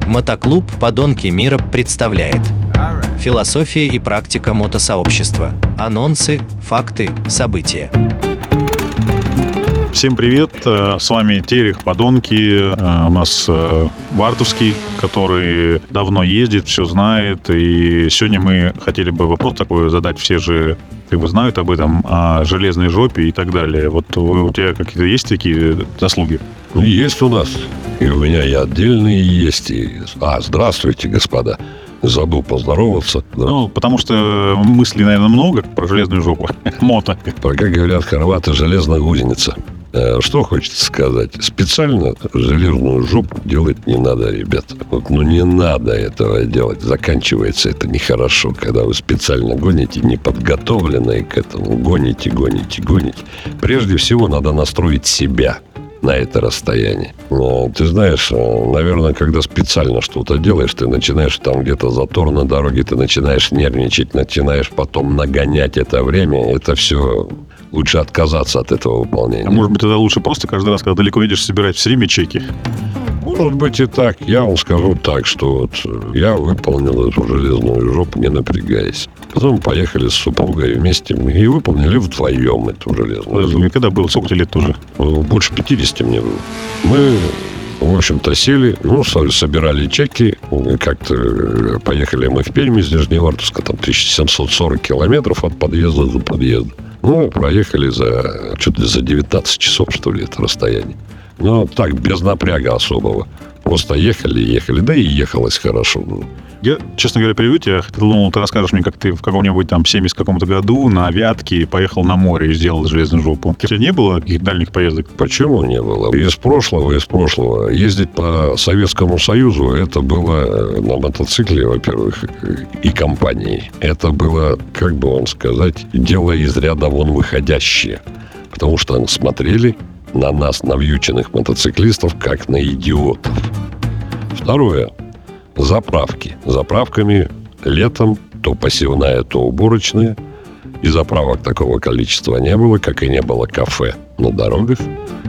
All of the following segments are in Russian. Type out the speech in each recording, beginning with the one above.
Мотоклуб «Подонки мира» представляет философия и практика мотосообщества. Анонсы, факты, события. Всем привет, с вами Терех, Подонки, у нас Вартовский, который давно ездит, все знает, и сегодня мы хотели бы вопрос такой задать, все же знают об этом, о железной жопе и так далее. Вот у тебя какие-то есть такие заслуги? Есть у нас, и у меня и отдельные есть. Здравствуйте, господа. Забыл поздороваться. Ну, потому что мыслей, наверное, много про железную жопу. Мото. Как говорят хорваты, железная гусеница. Что хочется сказать? Специально железную жопу делать не надо, ребят. Не надо этого делать. Заканчивается это нехорошо, когда вы специально гоните, неподготовленные к этому. Гоните. Прежде всего, надо настроить себя на это расстояние. Ты знаешь, наверное, когда специально что-то делаешь, ты начинаешь там где-то затор на дороге, ты начинаешь нервничать, начинаешь потом нагонять это время. Это все... Лучше отказаться от этого выполнения. А может быть, тогда лучше просто каждый раз, когда далеко едешь, собирать все время чеки? Может быть и так. Я вам скажу так, что я выполнил эту железную жопу, не напрягаясь. Потом поехали с супругой вместе и выполнили вдвоем эту железную жопу. Когда было? Сколько лет тоже? Больше 50 мне было. Мы, в общем-то, сели, собирали чеки. Как-то поехали мы в Пермь из Нижневартовска, там 1740 километров от подъезда до подъезда. Проехали за 19 часов, что ли, это расстояние. Так, без напряга особого. Просто ехали, да и ехалось хорошо. Я, честно говоря, привык тебя. Думал, ты расскажешь мне, как ты в каком-нибудь там 70 каком-то году на Вятке поехал на море и сделал железную жопу. У тебя не было каких-то дальних поездок? Почему не было? Из прошлого. Ездить по Советскому Союзу, это было на мотоцикле, во-первых, и компании. Это было, как бы вам сказать, дело из ряда вон выходящее. Потому что смотрели на нас, навьюченных мотоциклистов, как на идиотов. Второе. Заправки. Заправками летом то посевная, то уборочная. И заправок такого количества не было, как и не было кафе на дорогах.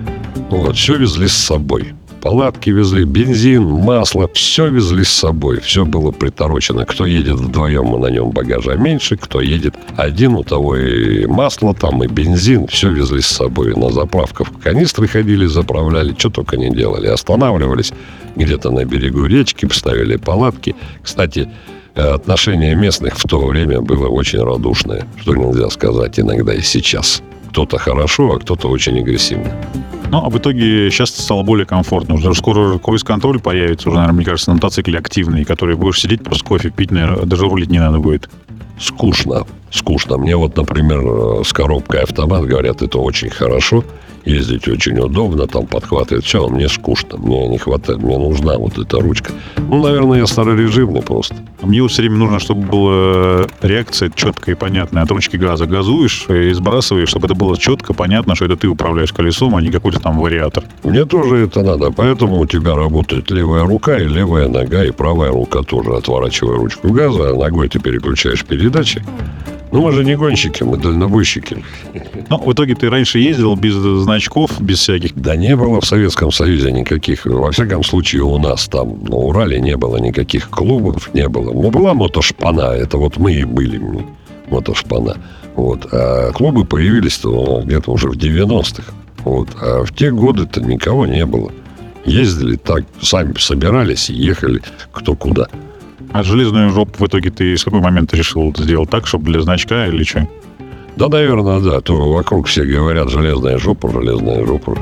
Все везли с собой. Палатки везли, бензин, масло, все везли с собой. Все было приторочено. Кто едет вдвоем, и на нем багажа меньше. Кто едет один, у того и масло там, и бензин. Все везли с собой. На заправках канистры ходили, заправляли. Что только не делали. Останавливались где-то на берегу речки, поставили палатки. Кстати, отношение местных в то время было очень радушное. Что нельзя сказать иногда и сейчас. Кто-то хорошо, а кто-то очень агрессивно. А в итоге сейчас стало более комфортно. Уже скоро круиз-контроль появится, уже, наверное, мне кажется, на мотоцикле активный, который будешь сидеть, просто кофе пить, наверное, даже рулить не надо будет. Скучно. Мне например, с коробкой автомат, говорят, это очень хорошо. Ездить очень удобно, там подхватывает все, а мне скучно, мне не хватает, мне нужна эта ручка. Наверное, я старорежимный просто. Мне все время нужно, чтобы была реакция четкая и понятная. От ручки газа газуешь и сбрасываешь, чтобы это было четко, понятно, что это ты управляешь колесом, а не какой-то там вариатор. Мне тоже это надо, поэтому у тебя работает левая рука и левая нога, и правая рука тоже, отворачивая ручку газа, а ногой ты переключаешь передачи. Мы же не гонщики, мы дальнобойщики. В итоге ты раньше ездил без значков, без всяких? Да не было в Советском Союзе никаких. Во всяком случае, у нас там на Урале не было никаких клубов, не было. Была мотошпана, это мы и были мотошпана. А клубы появились-то где-то уже в 90-х. А в те годы-то никого не было. Ездили так, сами собирались и ехали кто куда. А железную жопу в итоге ты с какой момента решил сделать так, чтобы для значка или что? Да, наверное, да. То вокруг все говорят железная жопа. Железная жопа.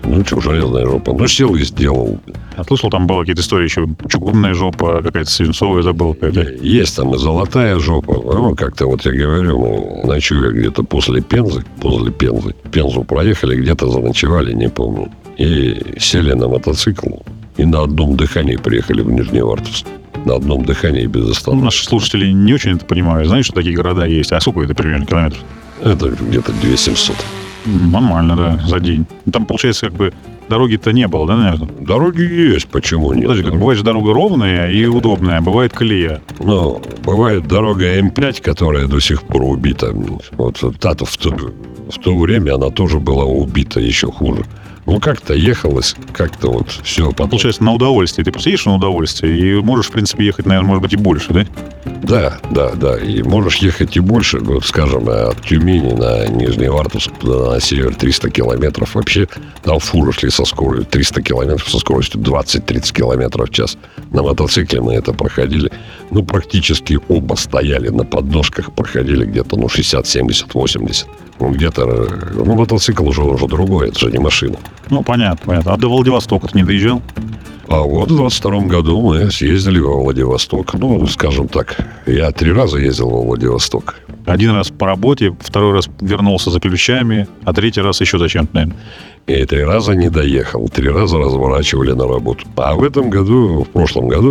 Сел и сделал. Я слышал, там были какие-то истории еще. Чугунная жопа, какая-то свинцовая, забыл. Есть там и золотая жопа. Как-то я говорю, мы ночуя где-то после Пензы. Пензу проехали, где-то заночевали, не помню. И сели на мотоцикл. И на одном дыхании приехали в Нижневартовск. На одном дыхании без остановки. Наши слушатели не очень это понимают. Знаешь, что такие города есть? А сколько это примерно километров? Это где-то 2700. Нормально, да, за день. Там, получается, дороги-то не было, да, наверное? Дороги есть, почему нет? Подожди, бывает же дорога ровная и удобная, бывает колея. Бывает дорога М5, которая до сих пор убита. В то время она тоже была убита еще хуже. Ну, как-то ехалось, как-то вот все. Получается, на удовольствие. Ты просто едешь на удовольствие и можешь, в принципе, ехать, наверное, может быть, и больше, да? Да. И можешь ехать и больше. Вот, скажем, от Тюмени на Нижневартовск, туда на север 300 километров. Вообще, там фуры шли со скоростью 300 километров, со скоростью 20-30 километров в час. На мотоцикле мы это проходили. Ну, практически оба стояли на подножках, проходили где-то, 60, 70, 80. Ну, где-то... Ну, мотоцикл уже другой, это же не машина. Ну, понятно. А до Владивостока ты не доезжал? А вот в 22 году мы съездили во Владивосток. Ну, скажем так, я 3 раза ездил во Владивосток. 1 раз по работе, 2 раз вернулся за ключами, а 3 раз еще зачем-то, наверное. И 3 раза не доехал, 3 раза разворачивали на работу. А в прошлом году,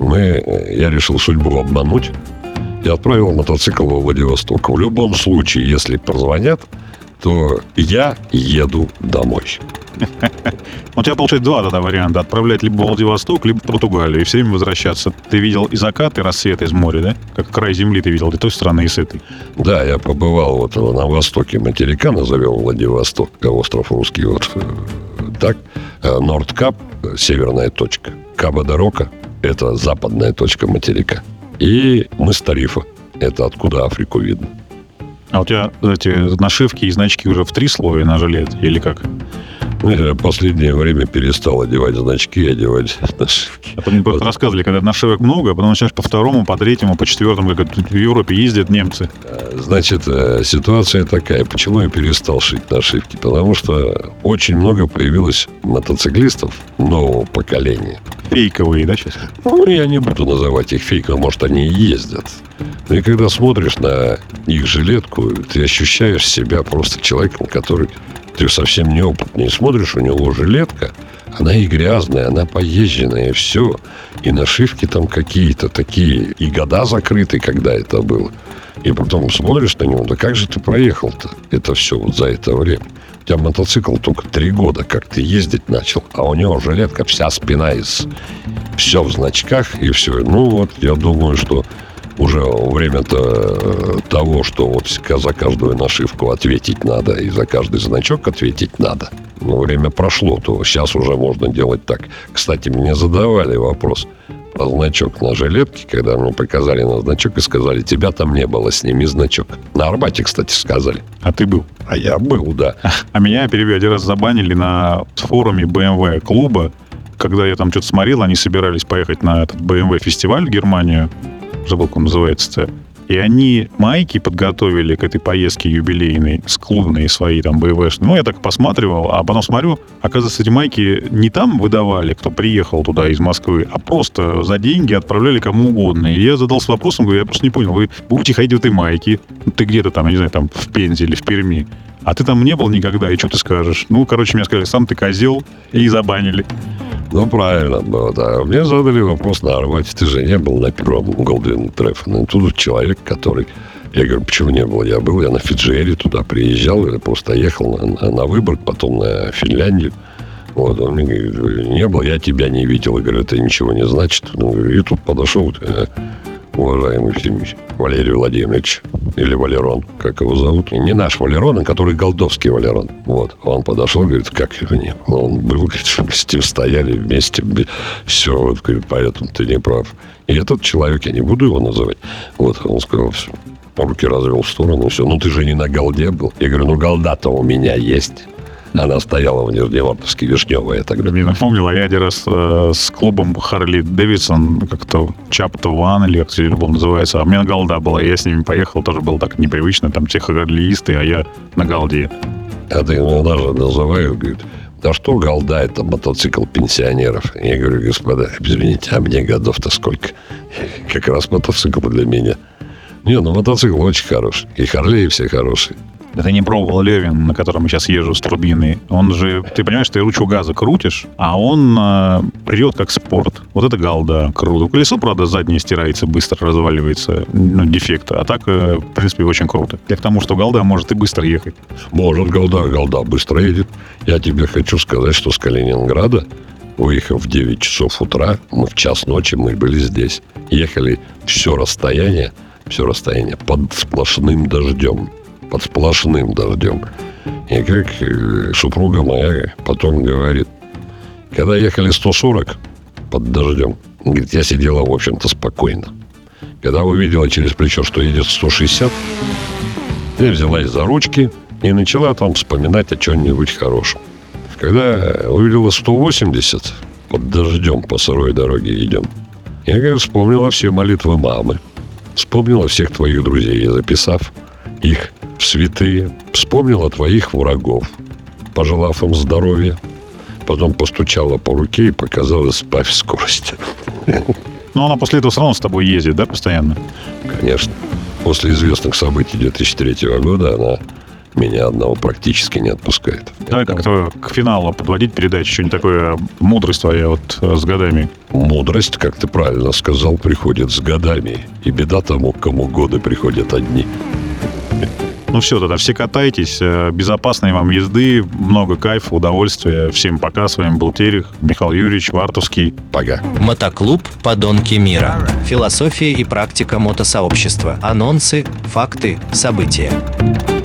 я решил судьбу обмануть и отправил мотоцикл во Владивосток. В любом случае, если позвонят, то я еду домой. У тебя, получается, 2 тогда варианта. Отправлять либо в Владивосток, либо в Португалию. И все время возвращаться. Ты видел и закат, и рассвет из моря, да? Как край земли ты видел, и той стороны, и с этой. Да, я побывал вот на востоке материка, назовем Владивосток, остров Русский, вот так. Нордкап, северная точка. Каба-де-Рока, это западная точка материка. И мыс Тарифа, это откуда Африку видно. А у тебя эти нашивки и значки уже в 3 слоя на жилет, или как? Я в последнее время перестал одевать значки, одевать нашивки. А то мне просто рассказывали, когда нашивок много, а потом начинаешь по 2, по 3, по 4, как в Европе ездят немцы. Значит, ситуация такая. Почему я перестал шить нашивки? Потому что очень много появилось мотоциклистов нового поколения. Фейковые, да, сейчас? Ну, я не буду называть их фейком, может, они и ездят. И когда смотришь на их жилетку, ты ощущаешь себя просто человеком, который... Ты совсем неопытный. Смотришь, у него жилетка, она и грязная, она поезженная, и все. И нашивки там какие-то такие, и года закрыты, когда это было. И потом смотришь на него, да как же ты проехал-то это все вот за это время? У тебя мотоцикл только 3 года, как ты ездить начал, а у него жилетка, вся спина все в значках, и все. Ну вот, я думаю, что уже время-то того, что вот за каждую нашивку ответить надо и за каждый значок ответить надо. Но время прошло, то сейчас уже можно делать так. Кстати, мне задавали вопрос про значок на жилетке, когда мне показали на значок и сказали, тебя там не было, сними значок. На Арбате, кстати, сказали. А ты был? А я был, да. А меня, перебью, 1 раз забанили на форуме BMW клуба, когда я там что-то смотрел, они собирались поехать на этот BMW фестиваль в Германию, забыл, как он называется-то. И они майки подготовили к этой поездке юбилейной, клубные свои там БМВшные. Ну, я так посматривал, а потом смотрю, оказывается, эти майки не там выдавали, кто приехал туда из Москвы, а просто за деньги отправляли кому угодно. И я задался вопросом, говорю, я просто не понял, вы будете ходить в этой майке, ты где-то там, я не знаю, там в Пензе или в Перми, а ты там не был никогда, и что ты скажешь? Ну, короче, мне сказали, сам ты козел, и забанили. Ну, правильно было, да. Мне задали вопрос на Арбате. Ты же не был на первом Golden Treffan. И тут человек, который... Я говорю, почему не был? Я был, я на Фиджиэре туда приезжал, я просто ехал на Выборг, потом на Финляндию. Вот, он мне говорит, не был, я тебя не видел. Я говорю, это ничего не значит. И тут подошел уважаемый Валерий Владимирович, или Валерон, как его зовут. Не наш Валерон, а который голдовский Валерон. Вот. Он подошел, говорит, как его не было. Он был, говорит, с ним стояли вместе. Все, вот, говорит, поэтому ты не прав. И этот человек, я не буду его называть, вот, он сказал, все, руки развел в сторону, все, ну ты же не на голде был. Я говорю, ну голда-то у меня есть. Она стояла в Нижневартовске, вишневая тогда. Мне напомнила, я 1 раз с клубом Харли Дэвидсон, как-то Chapter One, или как это альбом называется, а у меня голда была, я с ними поехал, тоже было так непривычно, там все харлиисты, а я на голде. А ты его даже называют, говорит, да что голда, это мотоцикл пенсионеров. Я говорю, господа, извините, а мне годов-то сколько? Как раз мотоцикл для меня. Не, ну мотоцикл очень хороший, и Харлеи все хорошие. Да ты не пробовал Левин, на котором я сейчас езжу с турбиной. Он же, ты понимаешь, ты ручку газа крутишь, а он прет как спорт. Вот это голда, круто. Колесо, правда, заднее стирается, быстро разваливается, дефект. А так, в принципе, очень круто. Я к тому, что голда может и быстро ехать. Может, голда быстро едет. Я тебе хочу сказать, что с Калининграда, выехав в 9 часов утра, мы в 1 ночи мы были здесь. Ехали все расстояние под сплошным дождем. И как супруга моя потом говорит, когда ехали 140 под дождем, говорит, я сидела, в общем-то, спокойно. Когда увидела через плечо, что едет 160, я взялась за ручки и начала там вспоминать о чем-нибудь хорошем. Когда увидела 180, под дождем по сырой дороге идем, я, говорит, вспомнила все молитвы мамы, вспомнила всех твоих друзей, записав их в святые, вспомнила твоих врагов, пожелав им здоровья, потом постучала по руке и показала: сбавь скорость. Но она после этого все равно с тобой ездит, да, постоянно? Конечно. После известных событий 2003 года она меня одного практически не отпускает. Давай как-то к финалу подводить передачу, что-нибудь такое, мудрость твоя вот с годами. Мудрость, как ты правильно сказал, приходит с годами. И беда тому, кому годы приходят одни. Ну все, тогда все катайтесь, безопасной вам езды, много кайфа, удовольствия. Всем пока, с вами был Терех, Михаил Юрьевич, Вартовский. Пока. Мотоклуб «Подонки мира». Философия и практика мотосообщества. Анонсы, факты, события.